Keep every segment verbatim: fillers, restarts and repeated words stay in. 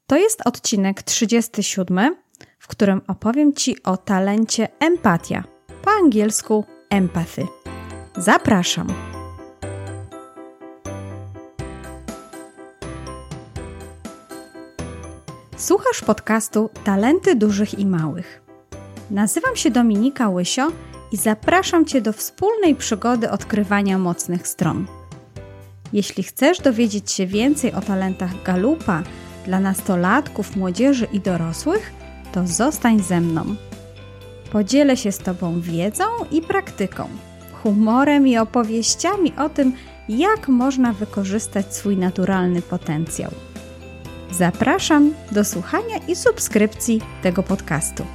To jest odcinek trzydziesty siódmy, w którym opowiem Ci o talencie empatia, po angielsku empathy. Zapraszam! Słuchasz podcastu Talenty Dużych i Małych. Nazywam się Dominika Łysio i zapraszam Cię do wspólnej przygody odkrywania mocnych stron. Jeśli chcesz dowiedzieć się więcej o talentach Galupa dla nastolatków, młodzieży i dorosłych, to zostań ze mną. Podzielę się z Tobą wiedzą i praktyką, humorem i opowieściami o tym, jak można wykorzystać swój naturalny potencjał. Zapraszam do słuchania i subskrypcji tego podcastu.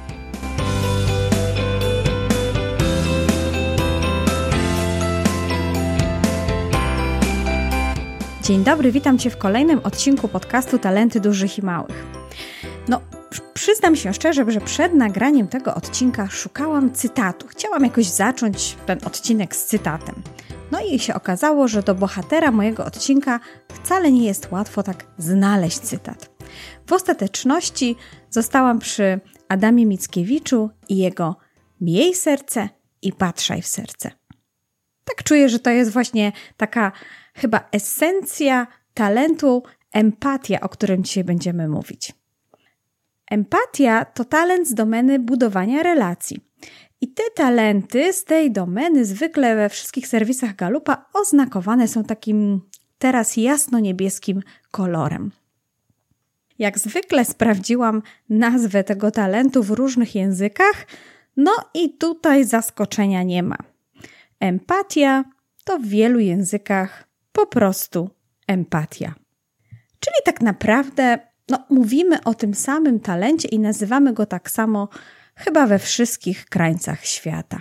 Dzień dobry, witam Cię w kolejnym odcinku podcastu Talenty Dużych i Małych. No, przyznam się szczerze, że przed nagraniem tego odcinka szukałam cytatu. Chciałam jakoś zacząć ten odcinek z cytatem. No i się okazało, że do bohatera mojego odcinka wcale nie jest łatwo tak znaleźć cytat. W ostateczności zostałam przy Adamie Mickiewiczu i jego miej serce i patrzaj w serce. Tak czuję, że to jest właśnie taka chyba esencja talentu empatia, o którym dzisiaj będziemy mówić. Empatia to talent z domeny budowania relacji. I te talenty z tej domeny zwykle we wszystkich serwisach Galupa oznakowane są takim teraz jasno-niebieskim kolorem. Jak zwykle sprawdziłam nazwę tego talentu w różnych językach, no i tutaj zaskoczenia nie ma. Empatia to w wielu językach po prostu empatia. Czyli tak naprawdę no, mówimy o tym samym talencie i nazywamy go tak samo chyba we wszystkich krańcach świata.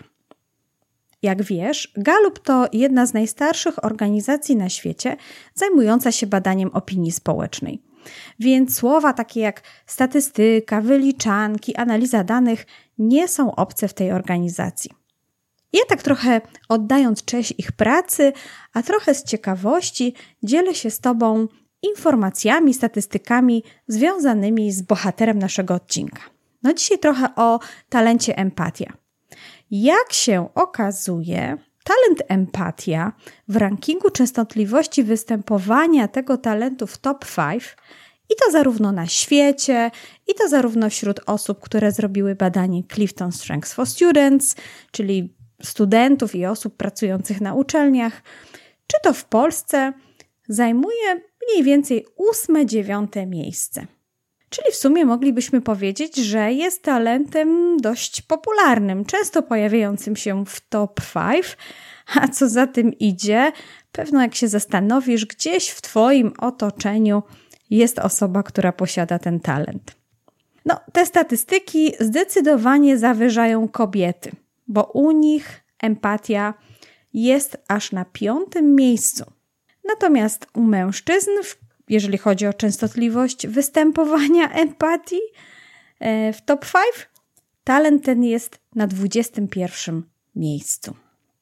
Jak wiesz, Galup to jedna z najstarszych organizacji na świecie zajmująca się badaniem opinii społecznej. Więc słowa takie jak statystyka, wyliczanki, analiza danych nie są obce w tej organizacji. Ja tak trochę oddając cześć ich pracy, a trochę z ciekawości dzielę się z Tobą informacjami, statystykami związanymi z bohaterem naszego odcinka. No dzisiaj trochę o talencie empatia. Jak się okazuje, talent empatia w rankingu częstotliwości występowania tego talentu w top pięć i to zarówno na świecie, i to zarówno wśród osób, które zrobiły badanie Clifton Strengths for Students, czyli studentów i osób pracujących na uczelniach, czy to w Polsce, zajmuje mniej więcej ósme, dziewiąte miejsce. Czyli w sumie moglibyśmy powiedzieć, że jest talentem dość popularnym, często pojawiającym się w top pięć, a co za tym idzie, pewno jak się zastanowisz, gdzieś w Twoim otoczeniu jest osoba, która posiada ten talent. No, te statystyki zdecydowanie zawyżają kobiety, bo u nich empatia jest aż na piątym miejscu. Natomiast u mężczyzn, jeżeli chodzi o częstotliwość występowania empatii w top pięć, talent ten jest na dwudziestym pierwszym miejscu.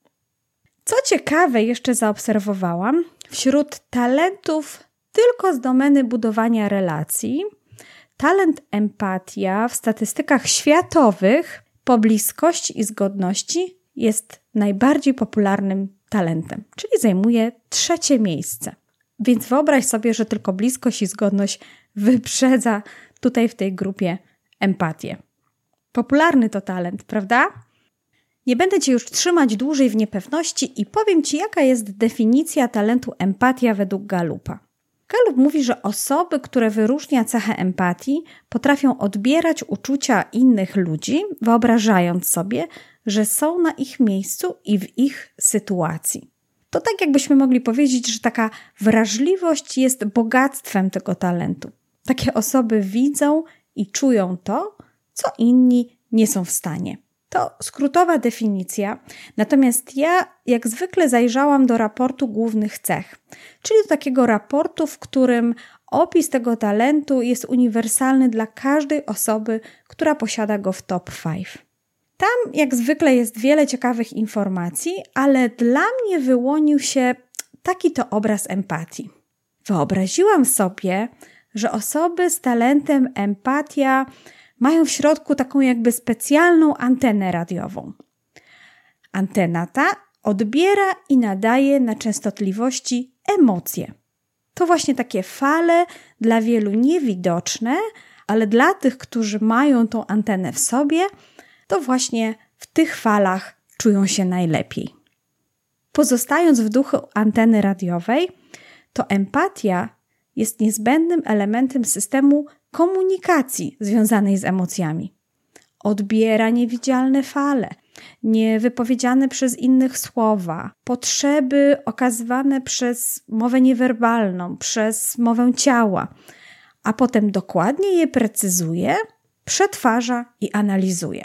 Co ciekawe, jeszcze zaobserwowałam, wśród talentów tylko z domeny budowania relacji, talent empatia w statystykach światowych po bliskości i zgodności jest najbardziej popularnym talentem, czyli zajmuje trzecie miejsce. Więc wyobraź sobie, że tylko bliskość i zgodność wyprzedza tutaj w tej grupie empatię. Popularny to talent, prawda? Nie będę Cię już trzymać dłużej w niepewności i powiem Ci, jaka jest definicja talentu empatia według Galupa. Galup mówi, że osoby, które wyróżnia cechę empatii, potrafią odbierać uczucia innych ludzi, wyobrażając sobie, że są na ich miejscu i w ich sytuacji. To tak jakbyśmy mogli powiedzieć, że taka wrażliwość jest bogactwem tego talentu. Takie osoby widzą i czują to, co inni nie są w stanie. To skrótowa definicja, natomiast ja jak zwykle zajrzałam do raportu głównych cech, czyli do takiego raportu, w którym opis tego talentu jest uniwersalny dla każdej osoby, która posiada go w top pięć. Tam jak zwykle jest wiele ciekawych informacji, ale dla mnie wyłonił się taki to obraz empatii. Wyobraziłam sobie, że osoby z talentem empatia mają w środku taką jakby specjalną antenę radiową. Antena ta odbiera i nadaje na częstotliwości emocje. To właśnie takie fale dla wielu niewidoczne, ale dla tych, którzy mają tą antenę w sobie, to właśnie w tych falach czują się najlepiej. Pozostając w duchu anteny radiowej, to empatia jest niezbędnym elementem systemu komunikacji związanej z emocjami. Odbiera niewidzialne fale, niewypowiedziane przez innych słowa, potrzeby okazywane przez mowę niewerbalną, przez mowę ciała, a potem dokładnie je precyzuje, przetwarza i analizuje.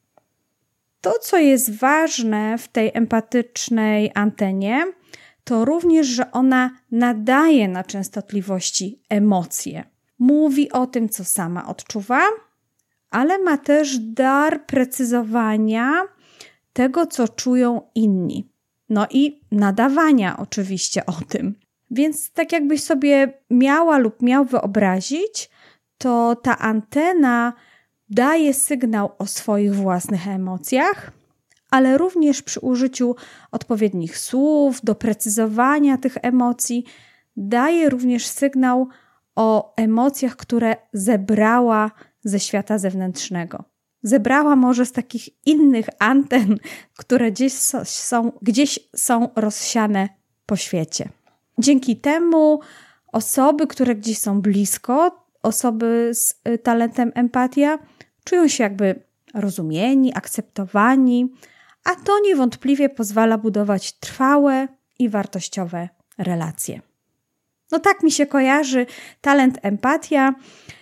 To, co jest ważne w tej empatycznej antenie, to również, że ona nadaje na częstotliwości emocje. Mówi o tym, co sama odczuwa, ale ma też dar precyzowania tego, co czują inni. No i nadawania oczywiście o tym. Więc tak jakbyś sobie miała lub miał wyobrazić, to ta antena daje sygnał o swoich własnych emocjach, ale również przy użyciu odpowiednich słów, doprecyzowania tych emocji, daje również sygnał o emocjach, które zebrała ze świata zewnętrznego. Zebrała może z takich innych anten, które gdzieś są, gdzieś są rozsiane po świecie. Dzięki temu osoby, które gdzieś są blisko, osoby z talentem empatia, czują się jakby rozumieni, akceptowani, a to niewątpliwie pozwala budować trwałe i wartościowe relacje. No tak mi się kojarzy talent empatia,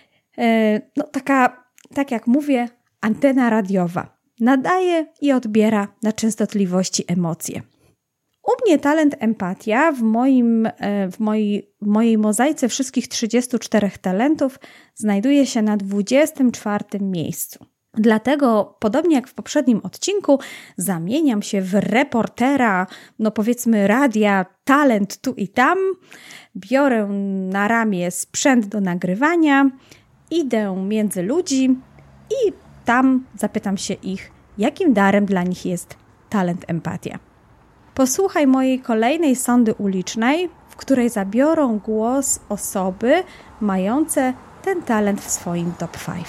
no taka, tak jak mówię, antena radiowa. Nadaje i odbiera na częstotliwości emocje. U mnie talent empatia w, moim, w, mojej, w mojej mozaice wszystkich trzydziestu czterech talentów znajduje się na dwudziestym czwartym miejscu. Dlatego, podobnie jak w poprzednim odcinku, zamieniam się w reportera, no powiedzmy radia, talent tu i tam, biorę na ramię sprzęt do nagrywania, idę między ludzi i tam zapytam się ich, jakim darem dla nich jest talent empatia. Posłuchaj mojej kolejnej sondy ulicznej, w której zabiorą głos osoby mające ten talent w swoim top pięć.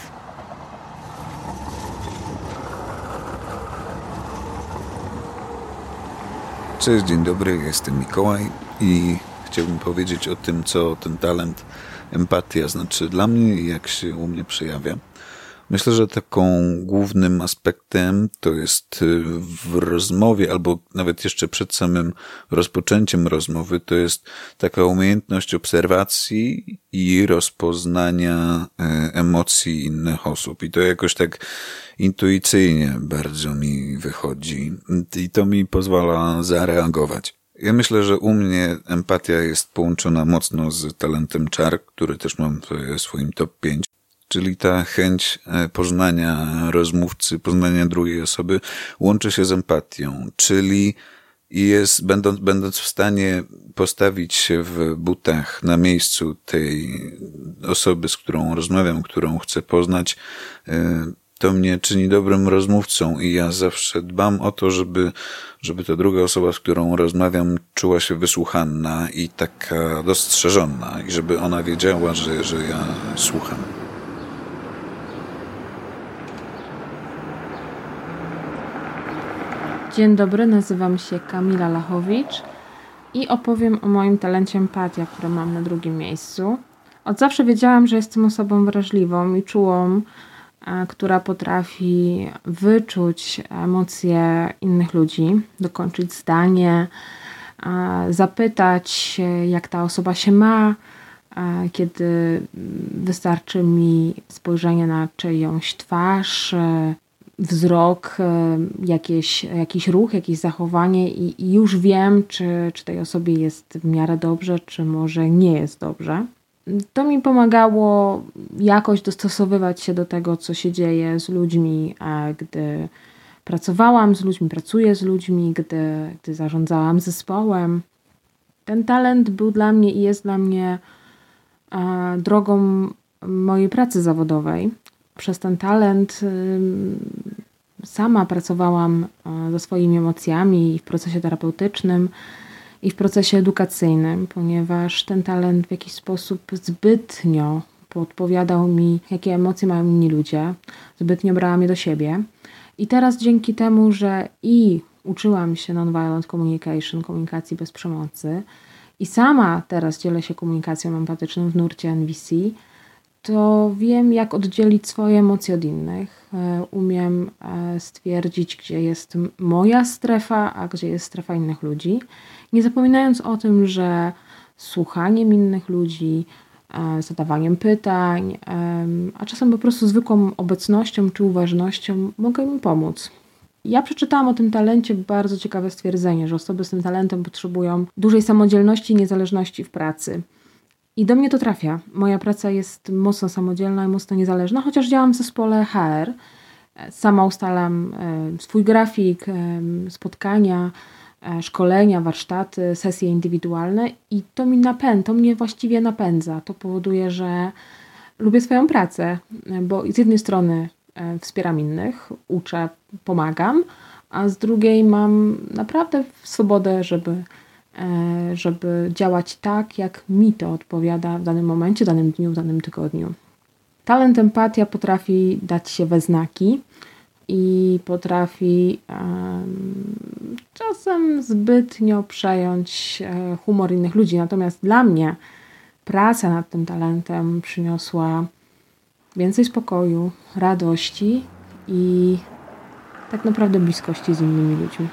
Cześć, dzień dobry, jestem Mikołaj i chciałbym powiedzieć o tym, co ten talent empatia znaczy dla mnie i jak się u mnie przejawia. Myślę, że taką głównym aspektem to jest w rozmowie, albo nawet jeszcze przed samym rozpoczęciem rozmowy, to jest taka umiejętność obserwacji i rozpoznania emocji innych osób. I to jakoś tak intuicyjnie bardzo mi wychodzi i to mi pozwala zareagować. Ja myślę, że u mnie empatia jest połączona mocno z talentem czar, który też mam w swoim top pięć. Czyli ta chęć poznania rozmówcy, poznania drugiej osoby łączy się z empatią, czyli jest, będąc, będąc w stanie postawić się w butach na miejscu tej osoby, z którą rozmawiam, którą chcę poznać, to mnie czyni dobrym rozmówcą i ja zawsze dbam o to, żeby, żeby ta druga osoba, z którą rozmawiam, czuła się wysłuchana i taka dostrzeżona i żeby ona wiedziała, że, że ja słucham. Dzień dobry, nazywam się Kamila Lachowicz i opowiem o moim talencie empatia, który mam na drugim miejscu. Od zawsze wiedziałam, że jestem osobą wrażliwą i czułą, która potrafi wyczuć emocje innych ludzi, dokończyć zdanie, zapytać, jak ta osoba się ma, kiedy wystarczy mi spojrzenie na czyjąś twarz, wzrok, jakieś, jakiś ruch, jakieś zachowanie i, i już wiem, czy, czy tej osobie jest w miarę dobrze, czy może nie jest dobrze. To mi pomagało jakoś dostosowywać się do tego, co się dzieje z ludźmi, gdy pracowałam z ludźmi, pracuję z ludźmi, gdy, gdy zarządzałam zespołem. Ten talent był dla mnie i jest dla mnie drogą mojej pracy zawodowej. Przez ten talent sama pracowałam ze swoimi emocjami i w procesie terapeutycznym, i w procesie edukacyjnym, ponieważ ten talent w jakiś sposób zbytnio podpowiadał mi, jakie emocje mają inni ludzie. Zbytnio brałam je do siebie. I teraz dzięki temu, że i uczyłam się non-violent communication, komunikacji bez przemocy, i sama teraz dzielę się komunikacją empatyczną w nurcie N V C, to wiem, jak oddzielić swoje emocje od innych. Umiem stwierdzić, gdzie jest moja strefa, a gdzie jest strefa innych ludzi. Nie zapominając o tym, że słuchaniem innych ludzi, zadawaniem pytań, a czasem po prostu zwykłą obecnością czy uważnością mogę im pomóc. Ja przeczytałam o tym talencie bardzo ciekawe stwierdzenie, że osoby z tym talentem potrzebują dużej samodzielności i niezależności w pracy. I do mnie to trafia. Moja praca jest mocno samodzielna i mocno niezależna, chociaż działam w zespole H R. Sama ustalam swój grafik, spotkania, szkolenia, warsztaty, sesje indywidualne i to mi napędza, to mnie właściwie napędza. To powoduje, że lubię swoją pracę, bo z jednej strony wspieram innych, uczę, pomagam, a z drugiej mam naprawdę swobodę, żeby, żeby działać tak, jak mi to odpowiada w danym momencie, w danym dniu, w danym tygodniu. Talent empatia potrafi dać się we znaki i potrafi um, czasem zbytnio przejąć humor innych ludzi. Natomiast dla mnie praca nad tym talentem przyniosła więcej spokoju, radości i tak naprawdę bliskości z innymi ludźmi.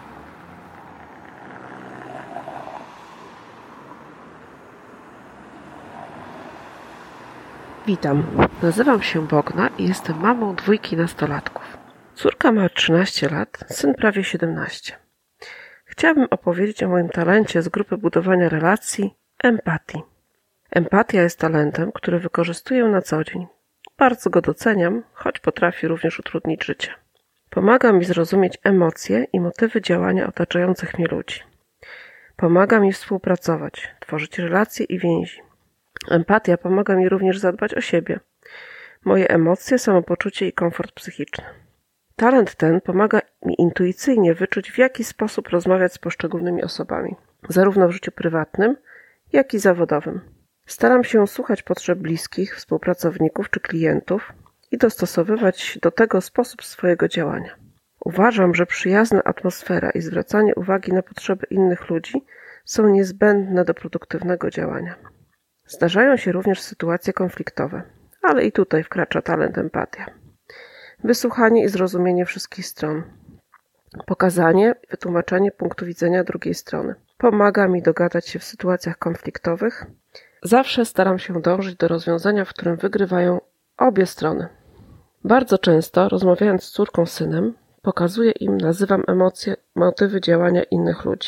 Witam, nazywam się Bogna i jestem mamą dwójki nastolatków. Córka ma trzynaście lat, syn prawie siedemnaście. Chciałabym opowiedzieć o moim talencie z grupy budowania relacji empatii. Empatia jest talentem, który wykorzystuję na co dzień. Bardzo go doceniam, choć potrafi również utrudnić życie. Pomaga mi zrozumieć emocje i motywy działania otaczających mnie ludzi. Pomaga mi współpracować, tworzyć relacje i więzi. Empatia pomaga mi również zadbać o siebie, moje emocje, samopoczucie i komfort psychiczny. Talent ten pomaga mi intuicyjnie wyczuć, w jaki sposób rozmawiać z poszczególnymi osobami, zarówno w życiu prywatnym, jak i zawodowym. Staram się słuchać potrzeb bliskich, współpracowników czy klientów i dostosowywać do tego sposób swojego działania. Uważam, że przyjazna atmosfera i zwracanie uwagi na potrzeby innych ludzi są niezbędne do produktywnego działania. Zdarzają się również sytuacje konfliktowe, ale i tutaj wkracza talent empatia. Wysłuchanie i zrozumienie wszystkich stron. Pokazanie i wytłumaczenie punktu widzenia drugiej strony. Pomaga mi dogadać się w sytuacjach konfliktowych. Zawsze staram się dążyć do rozwiązania, w którym wygrywają obie strony. Bardzo często, rozmawiając z córką, synem, pokazuję im, nazywam emocje, motywy działania innych ludzi.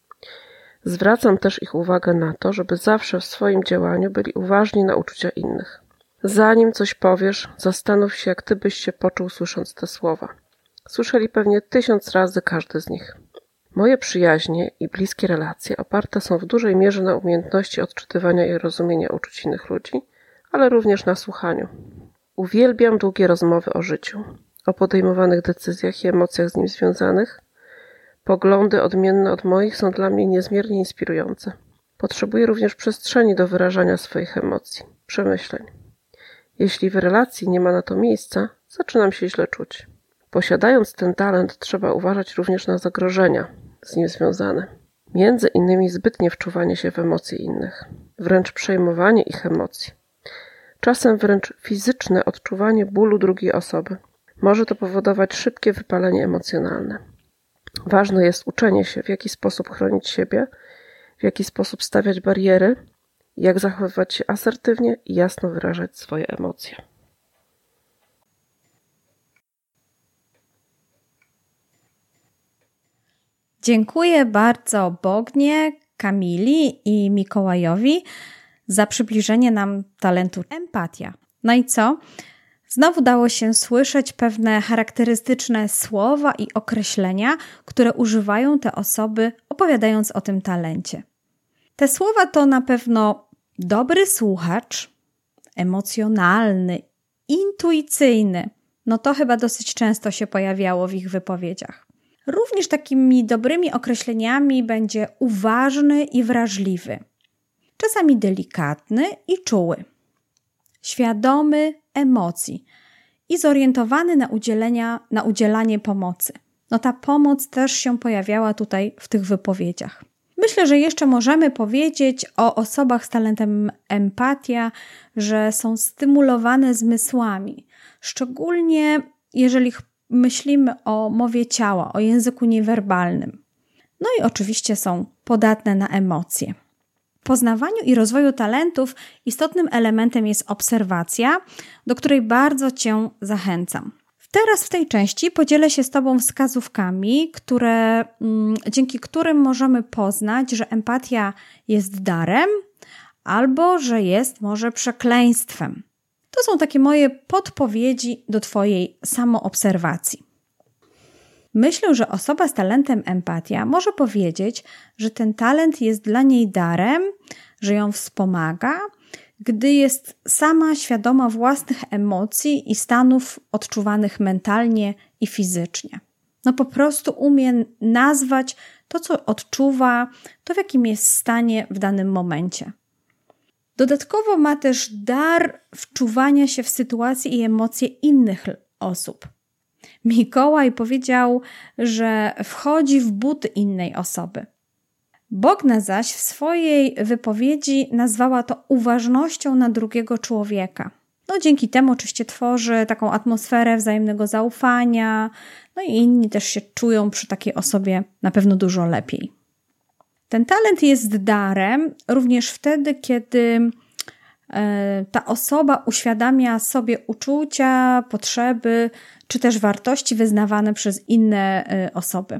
Zwracam też ich uwagę na to, żeby zawsze w swoim działaniu byli uważni na uczucia innych. Zanim coś powiesz, zastanów się, jak ty byś się poczuł, słysząc te słowa. Słyszeli pewnie tysiąc razy każdy z nich. Moje przyjaźnie i bliskie relacje oparte są w dużej mierze na umiejętności odczytywania i rozumienia uczuć innych ludzi, ale również na słuchaniu. Uwielbiam długie rozmowy o życiu, o podejmowanych decyzjach i emocjach z nim związanych. Poglądy odmienne od moich są dla mnie niezmiernie inspirujące. Potrzebuję również przestrzeni do wyrażania swoich emocji, przemyśleń. Jeśli w relacji nie ma na to miejsca, zaczynam się źle czuć. Posiadając ten talent, trzeba uważać również na zagrożenia z nim związane. Między innymi zbytnie wczuwanie się w emocje innych, wręcz przejmowanie ich emocji. Czasem wręcz fizyczne odczuwanie bólu drugiej osoby. Może to powodować szybkie wypalenie emocjonalne. Ważne jest uczenie się, w jaki sposób chronić siebie, w jaki sposób stawiać bariery, jak zachowywać się asertywnie i jasno wyrażać swoje emocje. Dziękuję bardzo Bognie, Kamili i Mikołajowi za przybliżenie nam talentu empatia. No i co? Znowu dało się słyszeć pewne charakterystyczne słowa i określenia, które używają te osoby, opowiadając o tym talencie. Te słowa to na pewno Dobry słuchacz, emocjonalny, intuicyjny, no to chyba dosyć często się pojawiało w ich wypowiedziach. Również takimi dobrymi określeniami będzie uważny i wrażliwy, czasami delikatny i czuły, świadomy emocji i zorientowany na, udzielenia, na udzielanie pomocy. No ta pomoc też się pojawiała tutaj w tych wypowiedziach. Myślę, że jeszcze możemy powiedzieć o osobach z talentem empatia, że są stymulowane zmysłami, szczególnie jeżeli myślimy o mowie ciała, o języku niewerbalnym. No i oczywiście są podatne na emocje. W poznawaniu i rozwoju talentów istotnym elementem jest obserwacja, do której bardzo Cię zachęcam. Teraz w tej części podzielę się z Tobą wskazówkami, które, dzięki którym możemy poznać, że empatia jest darem albo że jest może przekleństwem. To są takie moje podpowiedzi do Twojej samoobserwacji. Myślę, że osoba z talentem empatia może powiedzieć, że ten talent jest dla niej darem, że ją wspomaga, gdy jest sama świadoma własnych emocji i stanów odczuwanych mentalnie i fizycznie. No po prostu umie nazwać to, co odczuwa, to w jakim jest stanie w danym momencie. Dodatkowo ma też dar wczuwania się w sytuacje i emocje innych osób. Mikołaj powiedział, że wchodzi w buty innej osoby. Bogna zaś w swojej wypowiedzi nazwała to uważnością na drugiego człowieka. No dzięki temu oczywiście tworzy taką atmosferę wzajemnego zaufania, no i inni też się czują przy takiej osobie na pewno dużo lepiej. Ten talent jest darem również wtedy, kiedy e, ta osoba uświadamia sobie uczucia, potrzeby, czy też wartości wyznawane przez inne e, osoby.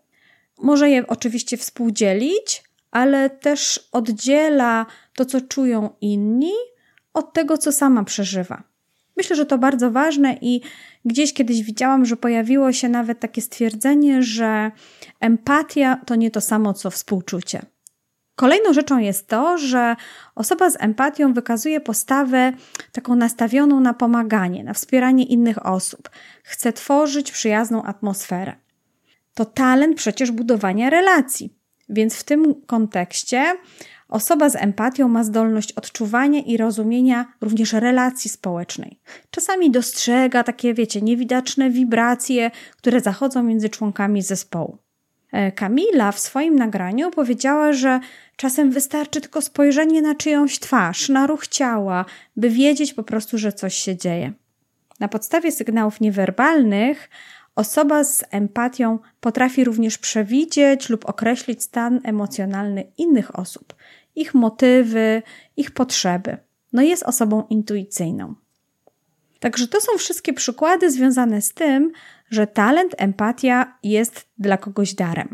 Może je oczywiście współdzielić, ale też oddziela to, co czują inni, od tego, co sama przeżywa. Myślę, że to bardzo ważne i gdzieś kiedyś widziałam, że pojawiło się nawet takie stwierdzenie, że empatia to nie to samo, co współczucie. Kolejną rzeczą jest to, że osoba z empatią wykazuje postawę taką nastawioną na pomaganie, na wspieranie innych osób. Chce tworzyć przyjazną atmosferę. To talent przecież budowania relacji, więc w tym kontekście osoba z empatią ma zdolność odczuwania i rozumienia również relacji społecznej. Czasami dostrzega takie, wiecie, niewidoczne wibracje, które zachodzą między członkami zespołu. Kamila w swoim nagraniu powiedziała, że czasem wystarczy tylko spojrzenie na czyjąś twarz, na ruch ciała, by wiedzieć po prostu, że coś się dzieje. Na podstawie sygnałów niewerbalnych osoba z empatią potrafi również przewidzieć lub określić stan emocjonalny innych osób, ich motywy, ich potrzeby. No jest osobą intuicyjną. Także to są wszystkie przykłady związane z tym, że talent empatia jest dla kogoś darem.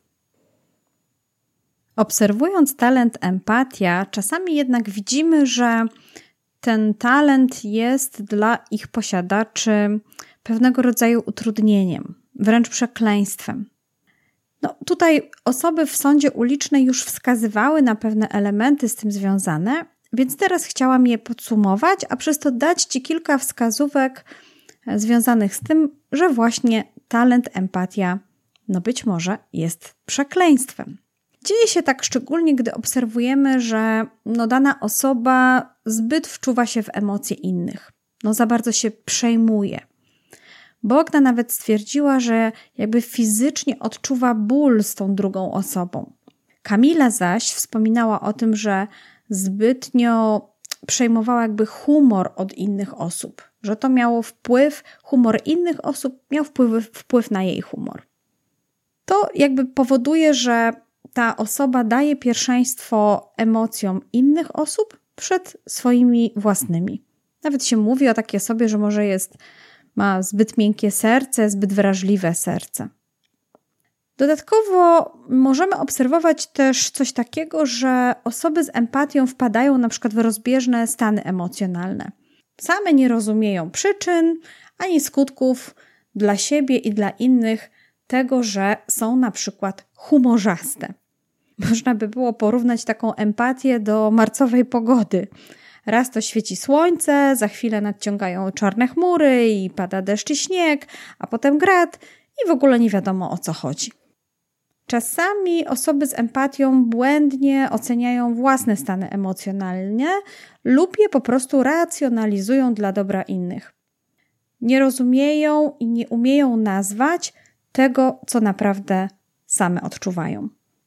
Obserwując talent empatia, czasami jednak widzimy, że ten talent jest dla ich posiadaczy pewnego rodzaju utrudnieniem, wręcz przekleństwem. No, tutaj osoby w sądzie ulicznej już wskazywały na pewne elementy z tym związane, więc teraz chciałam je podsumować, a przez to dać Ci kilka wskazówek związanych z tym, że właśnie talent empatia, no być może jest przekleństwem. Dzieje się tak szczególnie, gdy obserwujemy, że no dana osoba zbyt wczuwa się w emocje innych, no za bardzo się przejmuje. Bogna nawet stwierdziła, że jakby fizycznie odczuwa ból z tą drugą osobą. Kamila zaś wspominała o tym, że zbytnio przejmowała jakby humor od innych osób, że to miało wpływ, humor innych osób miał wpływ, wpływ na jej humor. To jakby powoduje, że ta osoba daje pierwszeństwo emocjom innych osób przed swoimi własnymi. Nawet się mówi o takiej osobie, że może jest, ma zbyt miękkie serce, zbyt wrażliwe serce. Dodatkowo możemy obserwować też coś takiego, że osoby z empatią wpadają na przykład w rozbieżne stany emocjonalne. Same nie rozumieją przyczyn ani skutków dla siebie i dla innych tego, że są na przykład humorzaste. Można by było porównać taką empatię do marcowej pogody. Raz to świeci słońce, za chwilę nadciągają czarne chmury i pada deszcz i śnieg, a potem grad i w ogóle nie wiadomo, o co chodzi. Czasami osoby z empatią błędnie oceniają własne stany emocjonalne lub je po prostu racjonalizują dla dobra innych. Nie rozumieją i nie umieją nazwać tego, co naprawdę same odczuwają.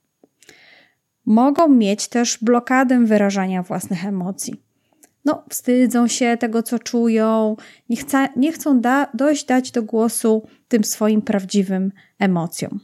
Mogą mieć też blokadę wyrażania własnych emocji. No, wstydzą się tego, co czują, nie, chca, nie chcą da, dojść dać do głosu tym swoim prawdziwym emocjom.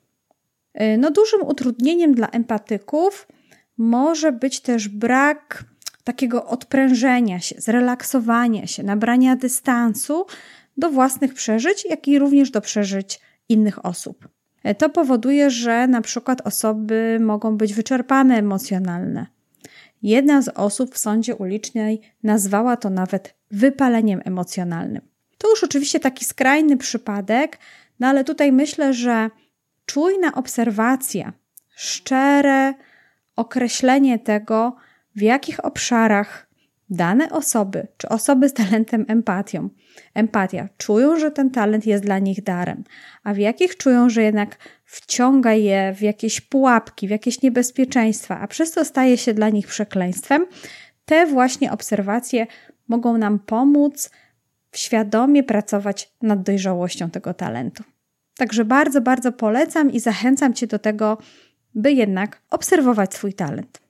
No, dużym utrudnieniem dla empatyków może być też brak takiego odprężenia się, zrelaksowania się, nabrania dystansu do własnych przeżyć, jak i również do przeżyć innych osób. To powoduje, że na przykład osoby mogą być wyczerpane emocjonalnie. Jedna z osób w sądzie ulicznej nazwała to nawet wypaleniem emocjonalnym. To już oczywiście taki skrajny przypadek, no ale tutaj myślę, że czujna obserwacja, szczere określenie tego, w jakich obszarach dane osoby, czy osoby z talentem empatią, empatia, czują, że ten talent jest dla nich darem, a w jakich czują, że jednak wciąga je w jakieś pułapki, w jakieś niebezpieczeństwa, a przez to staje się dla nich przekleństwem, te właśnie obserwacje mogą nam pomóc świadomie pracować nad dojrzałością tego talentu. Także bardzo, bardzo polecam i zachęcam Cię do tego, by jednak obserwować swój talent.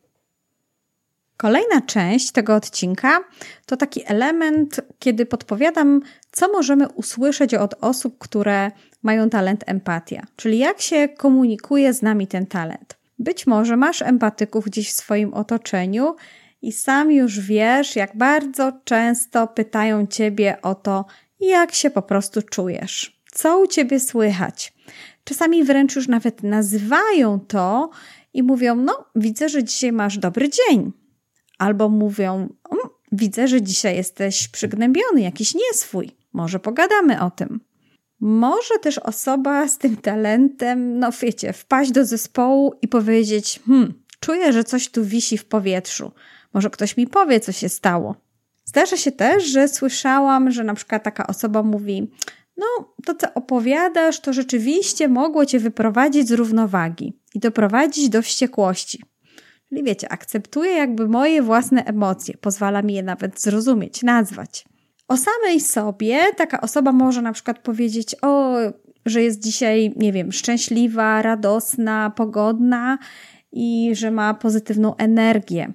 Kolejna część tego odcinka to taki element, kiedy podpowiadam, co możemy usłyszeć od osób, które mają talent empatia, czyli jak się komunikuje z nami ten talent. Być może masz empatyków gdzieś w swoim otoczeniu i sam już wiesz, jak bardzo często pytają Ciebie o to, jak się po prostu czujesz, co u Ciebie słychać. Czasami wręcz już nawet nazywają to i mówią, no widzę, że dzisiaj masz dobry dzień. Albo mówią, widzę, że dzisiaj jesteś przygnębiony, jakiś nieswój. Może pogadamy o tym. Może też osoba z tym talentem, no wiecie, wpaść do zespołu i powiedzieć, hmm, czuję, że coś tu wisi w powietrzu. Może ktoś mi powie, co się stało. Zdarza się też, że słyszałam, że na przykład taka osoba mówi, no to co opowiadasz, to rzeczywiście mogło Cię wyprowadzić z równowagi i doprowadzić do wściekłości. Czyli wiecie, akceptuję jakby moje własne emocje, pozwala mi je nawet zrozumieć, nazwać. O samej sobie taka osoba może na przykład powiedzieć, o, że jest dzisiaj, nie wiem, szczęśliwa, radosna, pogodna i że ma pozytywną energię.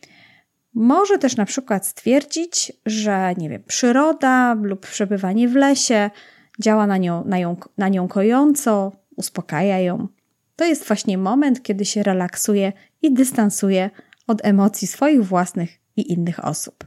Może też na przykład stwierdzić, że, nie wiem, przyroda lub przebywanie w lesie działa na nią, na nią, na nią kojąco, uspokaja ją. To jest właśnie moment, kiedy się relaksuje i dystansuje od emocji swoich własnych i innych osób.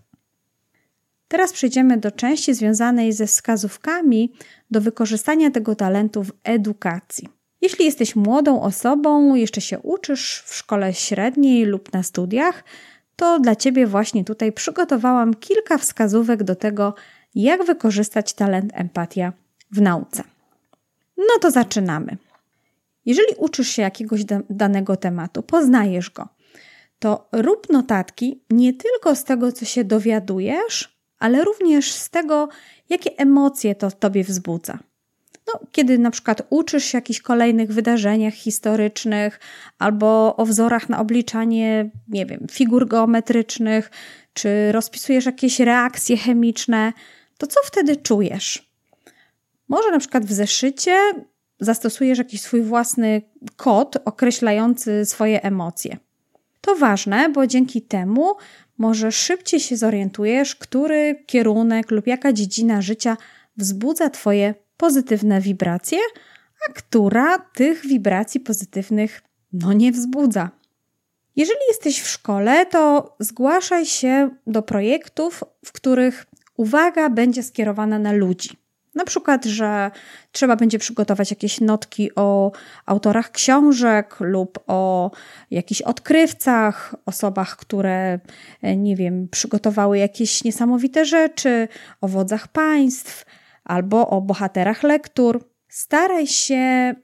Teraz przejdziemy do części związanej ze wskazówkami do wykorzystania tego talentu w edukacji. Jeśli jesteś młodą osobą, jeszcze się uczysz w szkole średniej lub na studiach, to dla Ciebie właśnie tutaj przygotowałam kilka wskazówek do tego, jak wykorzystać talent empatia w nauce. No to zaczynamy. Jeżeli uczysz się jakiegoś danego tematu, poznajesz go, to rób notatki nie tylko z tego, co się dowiadujesz, ale również z tego, jakie emocje to w Tobie wzbudza. No, kiedy na przykład uczysz się jakichś kolejnych wydarzeniach historycznych albo o wzorach na obliczanie, nie wiem, figur geometrycznych, czy rozpisujesz jakieś reakcje chemiczne, to co wtedy czujesz? Może na przykład w zeszycie zastosujesz jakiś swój własny kod określający swoje emocje. To ważne, bo dzięki temu może szybciej się zorientujesz, który kierunek lub jaka dziedzina życia wzbudza Twoje pozytywne wibracje, a która tych wibracji pozytywnych no nie wzbudza. Jeżeli jesteś w szkole, to zgłaszaj się do projektów, w których uwaga będzie skierowana na ludzi. Na przykład, że trzeba będzie przygotować jakieś notki o autorach książek lub o jakichś odkrywcach, osobach, które, nie wiem, przygotowały jakieś niesamowite rzeczy, o wodzach państw albo o bohaterach lektur. Staraj się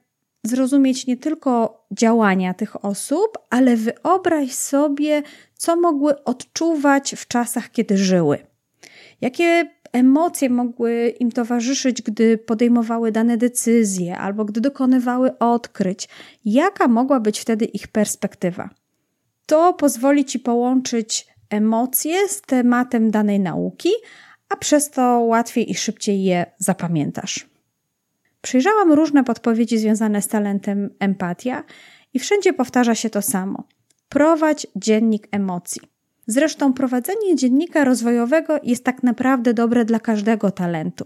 zrozumieć nie tylko działania tych osób, ale wyobraź sobie, co mogły odczuwać w czasach, kiedy żyły. Jakie emocje mogły im towarzyszyć, gdy podejmowały dane decyzje albo gdy dokonywały odkryć. Jaka mogła być wtedy ich perspektywa? To pozwoli Ci połączyć emocje z tematem danej nauki, a przez to łatwiej i szybciej je zapamiętasz. Przyjrzałam różne podpowiedzi związane z talentem empatia i wszędzie powtarza się to samo. Prowadź dziennik emocji. Zresztą prowadzenie dziennika rozwojowego jest tak naprawdę dobre dla każdego talentu.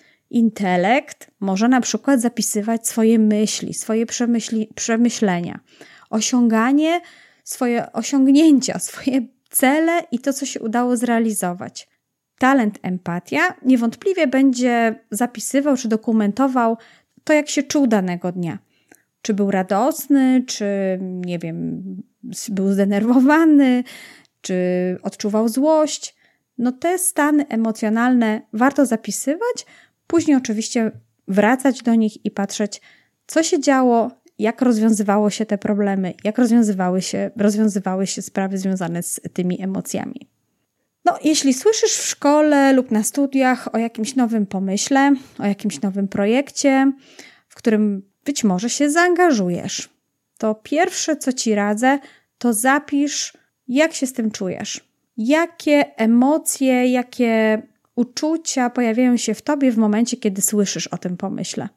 Intelekt może na przykład zapisywać swoje myśli, swoje przemyśli, przemyślenia, osiąganie, swoje osiągnięcia, swoje cele i to, co się udało zrealizować. Talent empatia niewątpliwie będzie zapisywał czy dokumentował to, jak się czuł danego dnia. Czy był radosny, czy nie wiem, był zdenerwowany, czy odczuwał złość. No te stany emocjonalne warto zapisywać, później oczywiście wracać do nich i patrzeć, co się działo, jak rozwiązywało się te problemy, jak rozwiązywały się, rozwiązywały się sprawy związane z tymi emocjami. No, jeśli słyszysz w szkole lub na studiach o jakimś nowym pomyśle, o jakimś nowym projekcie, w którym być może się zaangażujesz, to pierwsze, co Ci radzę, to zapisz, jak się z tym czujesz. Jakie emocje, jakie uczucia pojawiają się w Tobie w momencie, kiedy słyszysz o tym pomyśle.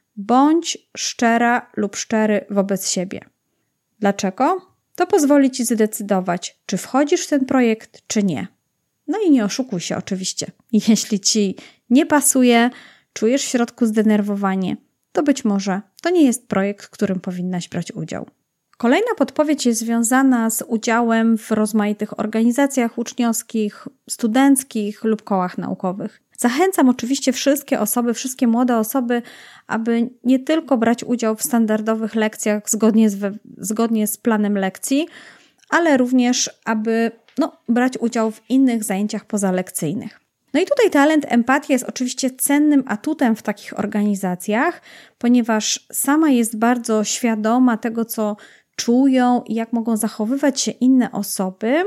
Bądź szczera lub szczery wobec siebie. Dlaczego? To pozwoli Ci zdecydować, czy wchodzisz w ten projekt, czy nie. No i nie oszukuj się oczywiście. Jeśli Ci nie pasuje, czujesz w środku zdenerwowanie, to być może to nie jest projekt, w którym powinnaś brać udział. Kolejna podpowiedź jest związana z udziałem w rozmaitych organizacjach uczniowskich, studenckich lub kołach naukowych. Zachęcam oczywiście wszystkie osoby, wszystkie młode osoby, aby nie tylko brać udział w standardowych lekcjach zgodnie z, zgodnie z planem lekcji, ale również, aby no, brać udział w innych zajęciach pozalekcyjnych. No i tutaj talent empatia jest oczywiście cennym atutem w takich organizacjach, ponieważ sama jest bardzo świadoma tego, co czują i jak mogą zachowywać się inne osoby,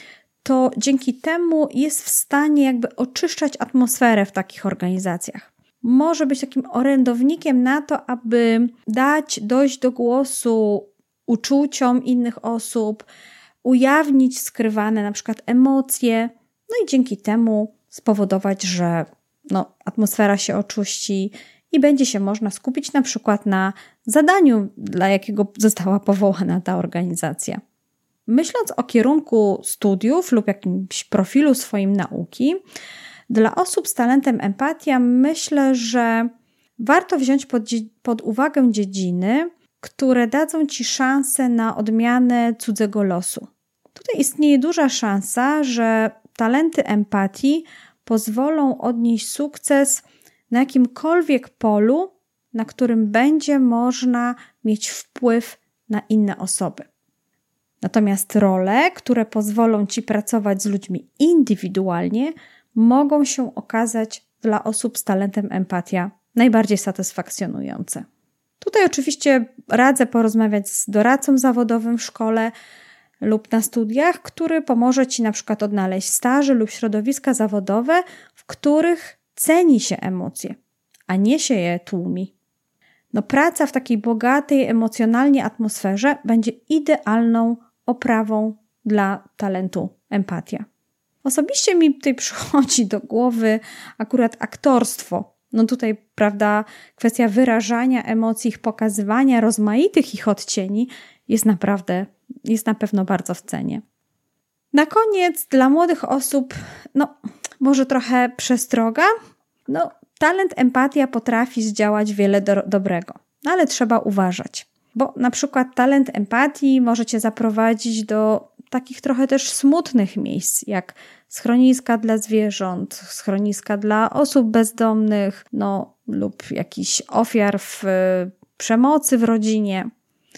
to dzięki temu jest w stanie jakby oczyszczać atmosferę w takich organizacjach. Może być takim orędownikiem na to, aby dać dojść do głosu uczuciom innych osób, ujawnić skrywane na przykład emocje, no i dzięki temu spowodować, że no, atmosfera się oczyści i będzie się można skupić na przykład na zadaniu, dla jakiego została powołana ta organizacja. Myśląc o kierunku studiów lub jakimś profilu swoim nauki, dla osób z talentem empatia myślę, że warto wziąć pod, pod uwagę dziedziny, które dadzą Ci szansę na odmianę cudzego losu. Tutaj istnieje duża szansa, że talenty empatii pozwolą odnieść sukces na jakimkolwiek polu, na którym będzie można mieć wpływ na inne osoby. Natomiast role, które pozwolą Ci pracować z ludźmi indywidualnie, mogą się okazać dla osób z talentem empatia najbardziej satysfakcjonujące. Tutaj oczywiście radzę porozmawiać z doradcą zawodowym w szkole lub na studiach, który pomoże Ci na przykład odnaleźć staże lub środowiska zawodowe, w których ceni się emocje, a nie się je tłumi. No, praca w takiej bogatej emocjonalnie atmosferze będzie idealną oprawą dla talentu empatia. Osobiście mi tutaj przychodzi do głowy akurat aktorstwo. No tutaj, prawda, kwestia wyrażania emocji, ich pokazywania, rozmaitych ich odcieni jest naprawdę, jest na pewno bardzo w cenie. Na koniec dla młodych osób, no może trochę przestroga. No, talent empatia potrafi zdziałać wiele do, dobrego, no, ale trzeba uważać. Bo na przykład talent empatii może Cię zaprowadzić do takich trochę też smutnych miejsc, jak schroniska dla zwierząt, schroniska dla osób bezdomnych, no lub jakichś ofiar w przemocy w rodzinie.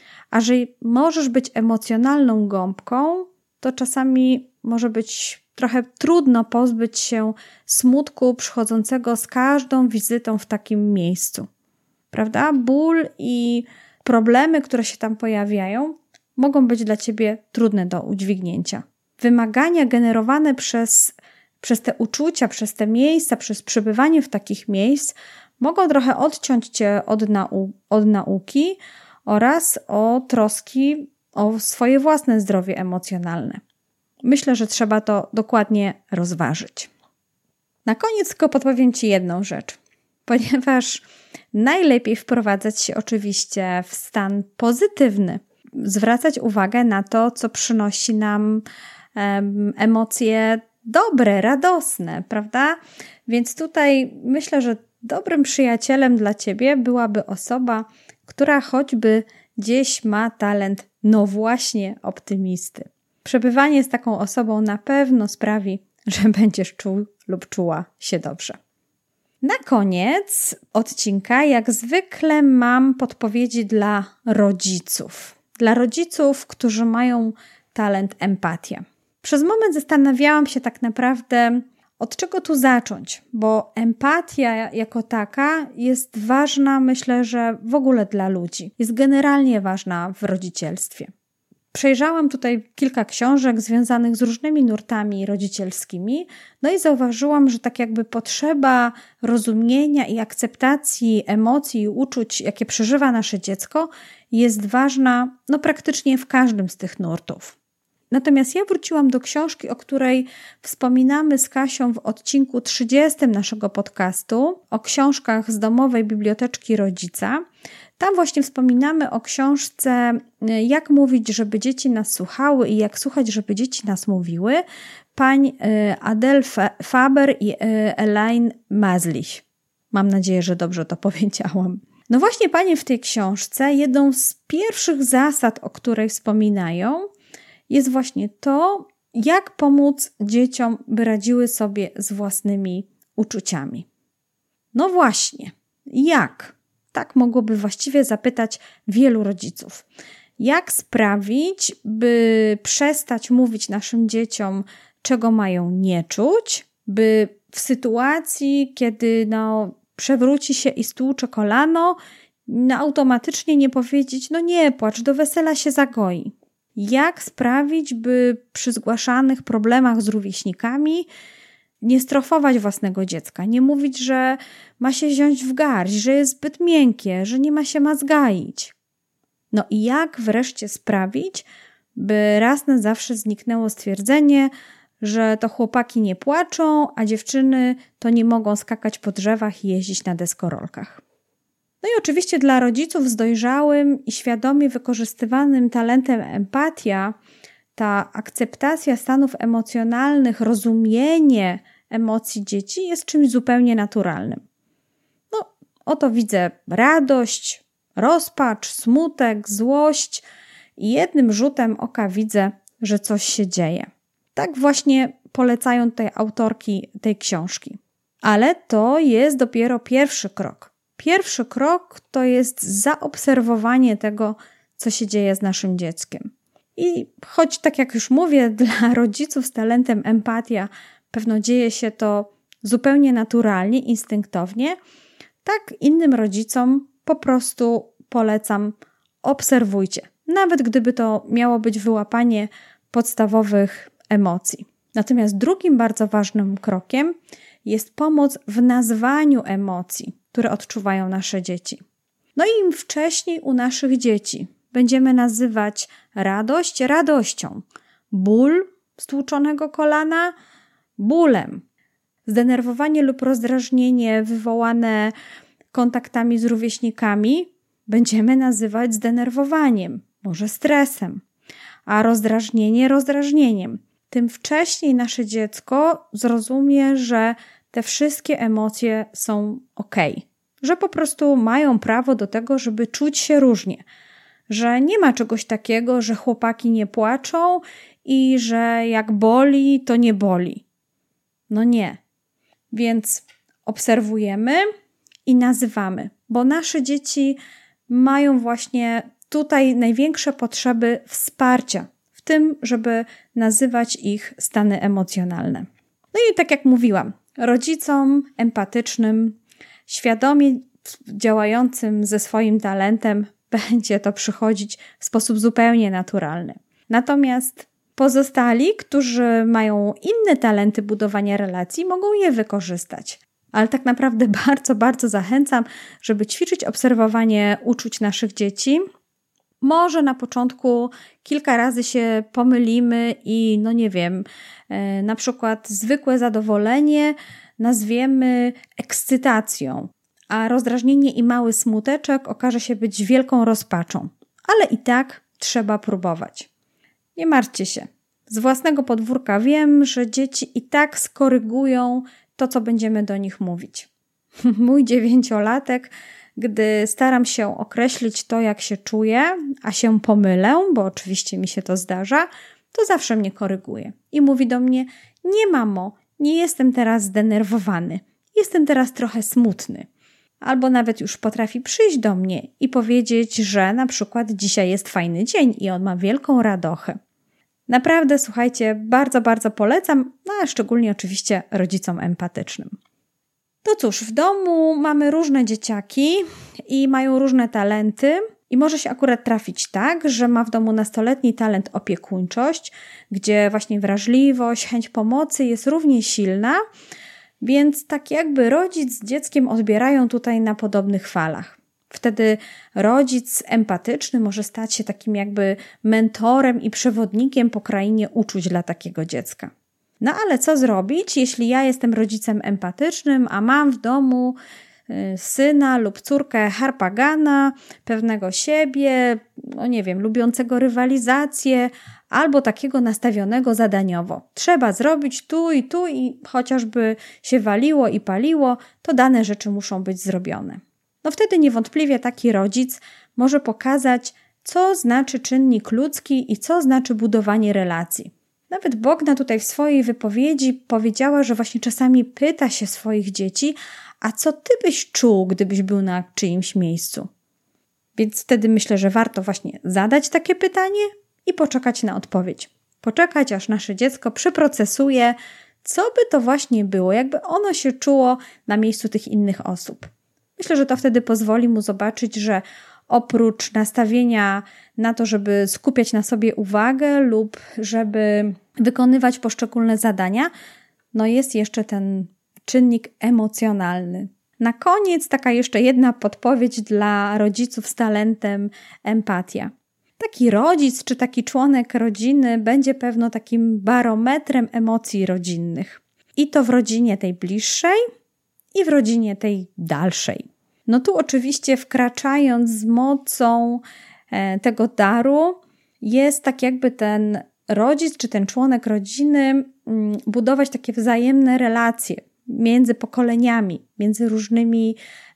A że możesz być emocjonalną gąbką, to czasami może być trochę trudno pozbyć się smutku przychodzącego z każdą wizytą w takim miejscu. Prawda? Ból i problemy, które się tam pojawiają, mogą być dla Ciebie trudne do udźwignięcia. Wymagania generowane przez, przez te uczucia, przez te miejsca, przez przebywanie w takich miejsc mogą trochę odciąć Cię od, nau- od nauki oraz o troski o swoje własne zdrowie emocjonalne. Myślę, że trzeba to dokładnie rozważyć. Na koniec tylko podpowiem Ci jedną rzecz, ponieważ najlepiej wprowadzać się oczywiście w stan pozytywny, zwracać uwagę na to, co przynosi nam em, emocje dobre, radosne, prawda? Więc tutaj myślę, że dobrym przyjacielem dla Ciebie byłaby osoba, która choćby gdzieś ma talent, no właśnie, optymisty. Przebywanie z taką osobą na pewno sprawi, że będziesz czuł lub czuła się dobrze. Na koniec odcinka, jak zwykle, mam podpowiedzi dla rodziców. Dla rodziców, którzy mają talent empatia. Przez moment zastanawiałam się tak naprawdę, od czego tu zacząć, bo empatia jako taka jest ważna, myślę, że w ogóle dla ludzi. Jest generalnie ważna w rodzicielstwie. Przejrzałam tutaj kilka książek związanych z różnymi nurtami rodzicielskimi, no i zauważyłam, że tak jakby potrzeba rozumienia i akceptacji emocji i uczuć, jakie przeżywa nasze dziecko, jest ważna no praktycznie w każdym z tych nurtów. Natomiast ja wróciłam do książki, o której wspominamy z Kasią w odcinku trzydziestym naszego podcastu, o książkach z domowej biblioteczki rodzica. Tam właśnie wspominamy o książce Jak mówić, żeby dzieci nas słuchały i jak słuchać, żeby dzieci nas mówiły, pań Adele Faber i Elaine Mazlish. Mam nadzieję, że dobrze to powiedziałam. No właśnie panie w tej książce, jedną z pierwszych zasad, o której wspominają, jest właśnie to, jak pomóc dzieciom, by radziły sobie z własnymi uczuciami. No właśnie, jak? Tak mogłoby właściwie zapytać wielu rodziców. Jak sprawić, by przestać mówić naszym dzieciom, czego mają nie czuć, by w sytuacji, kiedy no, przewróci się i stłucze kolano, no, automatycznie nie powiedzieć, no nie płacz, do wesela się zagoi. Jak sprawić, by przy zgłaszanych problemach z rówieśnikami nie strofować własnego dziecka, nie mówić, że ma się wziąć w garść, że jest zbyt miękkie, że nie ma się mazgaić. No i jak wreszcie sprawić, by raz na zawsze zniknęło stwierdzenie, że to chłopaki nie płaczą, a dziewczyny to nie mogą skakać po drzewach i jeździć na deskorolkach. No i oczywiście dla rodziców z dojrzałym i świadomie wykorzystywanym talentem empatia, ta akceptacja stanów emocjonalnych, rozumienie emocji dzieci jest czymś zupełnie naturalnym. No, oto widzę radość, rozpacz, smutek, złość i jednym rzutem oka widzę, że coś się dzieje. Tak właśnie polecają tutaj autorki tej książki. Ale to jest dopiero pierwszy krok. Pierwszy krok to jest zaobserwowanie tego, co się dzieje z naszym dzieckiem. I choć, tak jak już mówię, dla rodziców z talentem empatia pewno dzieje się to zupełnie naturalnie, instynktownie, tak innym rodzicom po prostu polecam, obserwujcie. Nawet gdyby to miało być wyłapanie podstawowych emocji. Natomiast drugim bardzo ważnym krokiem jest pomoc w nazwaniu emocji, które odczuwają nasze dzieci. No i im wcześniej u naszych dzieci będziemy nazywać radość radością, ból stłuczonego kolana bólem, zdenerwowanie lub rozdrażnienie wywołane kontaktami z rówieśnikami będziemy nazywać zdenerwowaniem, może stresem, a rozdrażnienie rozdrażnieniem. Tym wcześniej nasze dziecko zrozumie, że te wszystkie emocje są okej, że po prostu mają prawo do tego, żeby czuć się różnie, że nie ma czegoś takiego, że chłopaki nie płaczą i że jak boli, to nie boli. No nie. Więc obserwujemy i nazywamy, bo nasze dzieci mają właśnie tutaj największe potrzeby wsparcia w tym, żeby nazywać ich stany emocjonalne. No i tak jak mówiłam, rodzicom empatycznym, świadomie działającym ze swoim talentem będzie to przychodzić w sposób zupełnie naturalny. Natomiast pozostali, którzy mają inne talenty budowania relacji, mogą je wykorzystać. Ale tak naprawdę bardzo, bardzo zachęcam, żeby ćwiczyć obserwowanie uczuć naszych dzieci. Może na początku kilka razy się pomylimy i no nie wiem, na przykład zwykłe zadowolenie nazwiemy ekscytacją, a rozdrażnienie i mały smuteczek okaże się być wielką rozpaczą. Ale i tak trzeba próbować. Nie martwcie się. Z własnego podwórka wiem, że dzieci i tak skorygują to, co będziemy do nich mówić. Mój dziewięciolatek, gdy staram się określić to, jak się czuję, a się pomylę, bo oczywiście mi się to zdarza, to zawsze mnie koryguje. I mówi do mnie: nie mamo, nie jestem teraz zdenerwowany, jestem teraz trochę smutny. Albo nawet już potrafi przyjść do mnie i powiedzieć, że na przykład dzisiaj jest fajny dzień i on ma wielką radochę. Naprawdę, słuchajcie, bardzo, bardzo polecam, no a szczególnie oczywiście rodzicom empatycznym. No cóż, w domu mamy różne dzieciaki i mają różne talenty i może się akurat trafić tak, że ma w domu nastoletni talent opiekuńczość, gdzie właśnie wrażliwość, chęć pomocy jest równie silna, więc tak jakby rodzic z dzieckiem odbierają tutaj na podobnych falach. Wtedy rodzic empatyczny może stać się takim jakby mentorem i przewodnikiem po krainie uczuć dla takiego dziecka. No ale co zrobić, jeśli ja jestem rodzicem empatycznym, a mam w domu syna lub córkę harpagana, pewnego siebie, no nie wiem, lubiącego rywalizację, albo takiego nastawionego zadaniowo. Trzeba zrobić tu i tu i chociażby się waliło i paliło, to dane rzeczy muszą być zrobione. No wtedy niewątpliwie taki rodzic może pokazać, co znaczy czynnik ludzki i co znaczy budowanie relacji. Nawet Bogna tutaj w swojej wypowiedzi powiedziała, że właśnie czasami pyta się swoich dzieci: a co ty byś czuł, gdybyś był na czyimś miejscu? Więc wtedy myślę, że warto właśnie zadać takie pytanie i poczekać na odpowiedź. Poczekać, aż nasze dziecko przeprocesuje, co by to właśnie było, jakby ono się czuło na miejscu tych innych osób. Myślę, że to wtedy pozwoli mu zobaczyć, że oprócz nastawienia na to, żeby skupiać na sobie uwagę lub żeby wykonywać poszczególne zadania, no jest jeszcze ten czynnik emocjonalny. Na koniec taka jeszcze jedna podpowiedź dla rodziców z talentem empatia. Taki rodzic czy taki członek rodziny będzie pewno takim barometrem emocji rodzinnych. I to w rodzinie tej bliższej i w rodzinie tej dalszej. No tu oczywiście wkraczając z mocą tego daru jest tak jakby ten rodzic czy ten członek rodziny budować takie wzajemne relacje między pokoleniami, między różnymi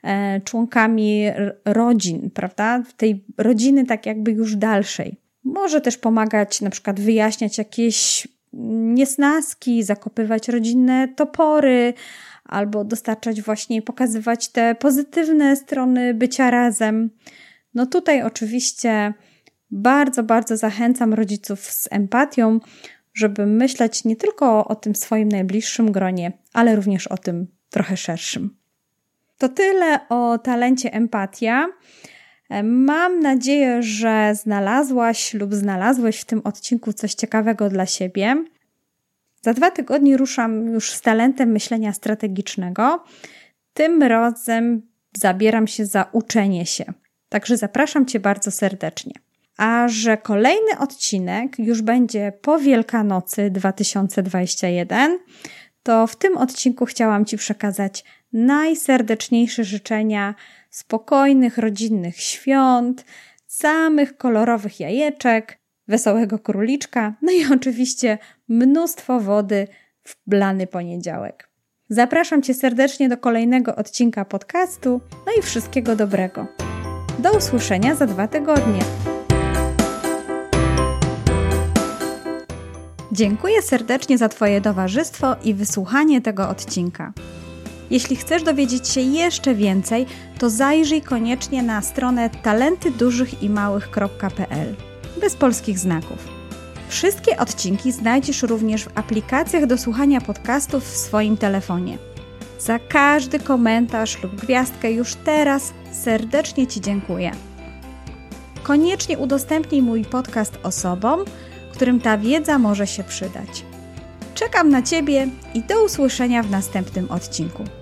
członkami rodzin, prawda? Tej rodziny tak jakby już dalszej. Może też pomagać na przykład wyjaśniać jakieś niesnaski, zakopywać rodzinne topory, albo dostarczać właśnie, pokazywać te pozytywne strony bycia razem. No tutaj oczywiście bardzo, bardzo zachęcam rodziców z empatią, żeby myśleć nie tylko o tym swoim najbliższym gronie, ale również o tym trochę szerszym. To tyle o talencie empatia. Mam nadzieję, że znalazłaś lub znalazłeś w tym odcinku coś ciekawego dla siebie. Za dwa tygodnie ruszam już z talentem myślenia strategicznego. Tym razem zabieram się za uczenie się. Także zapraszam Cię bardzo serdecznie. A że kolejny odcinek już będzie po Wielkanocy dwa tysiące dwudziestym pierwszym, to w tym odcinku chciałam Ci przekazać najserdeczniejsze życzenia spokojnych, rodzinnych świąt, samych kolorowych jajeczek, wesołego króliczka, no i oczywiście mnóstwo wody w blany poniedziałek. Zapraszam Cię serdecznie do kolejnego odcinka podcastu, no i wszystkiego dobrego. Do usłyszenia za dwa tygodnie. Dziękuję serdecznie za Twoje towarzystwo i wysłuchanie tego odcinka. Jeśli chcesz dowiedzieć się jeszcze więcej, to zajrzyj koniecznie na stronę talenty dużych i małych kropka p l bez polskich znaków. Wszystkie odcinki znajdziesz również w aplikacjach do słuchania podcastów w swoim telefonie. Za każdy komentarz lub gwiazdkę już teraz serdecznie Ci dziękuję. koniecznie udostępnij mój podcast osobom, którym ta wiedza może się przydać. Czekam na Ciebie i do usłyszenia w następnym odcinku.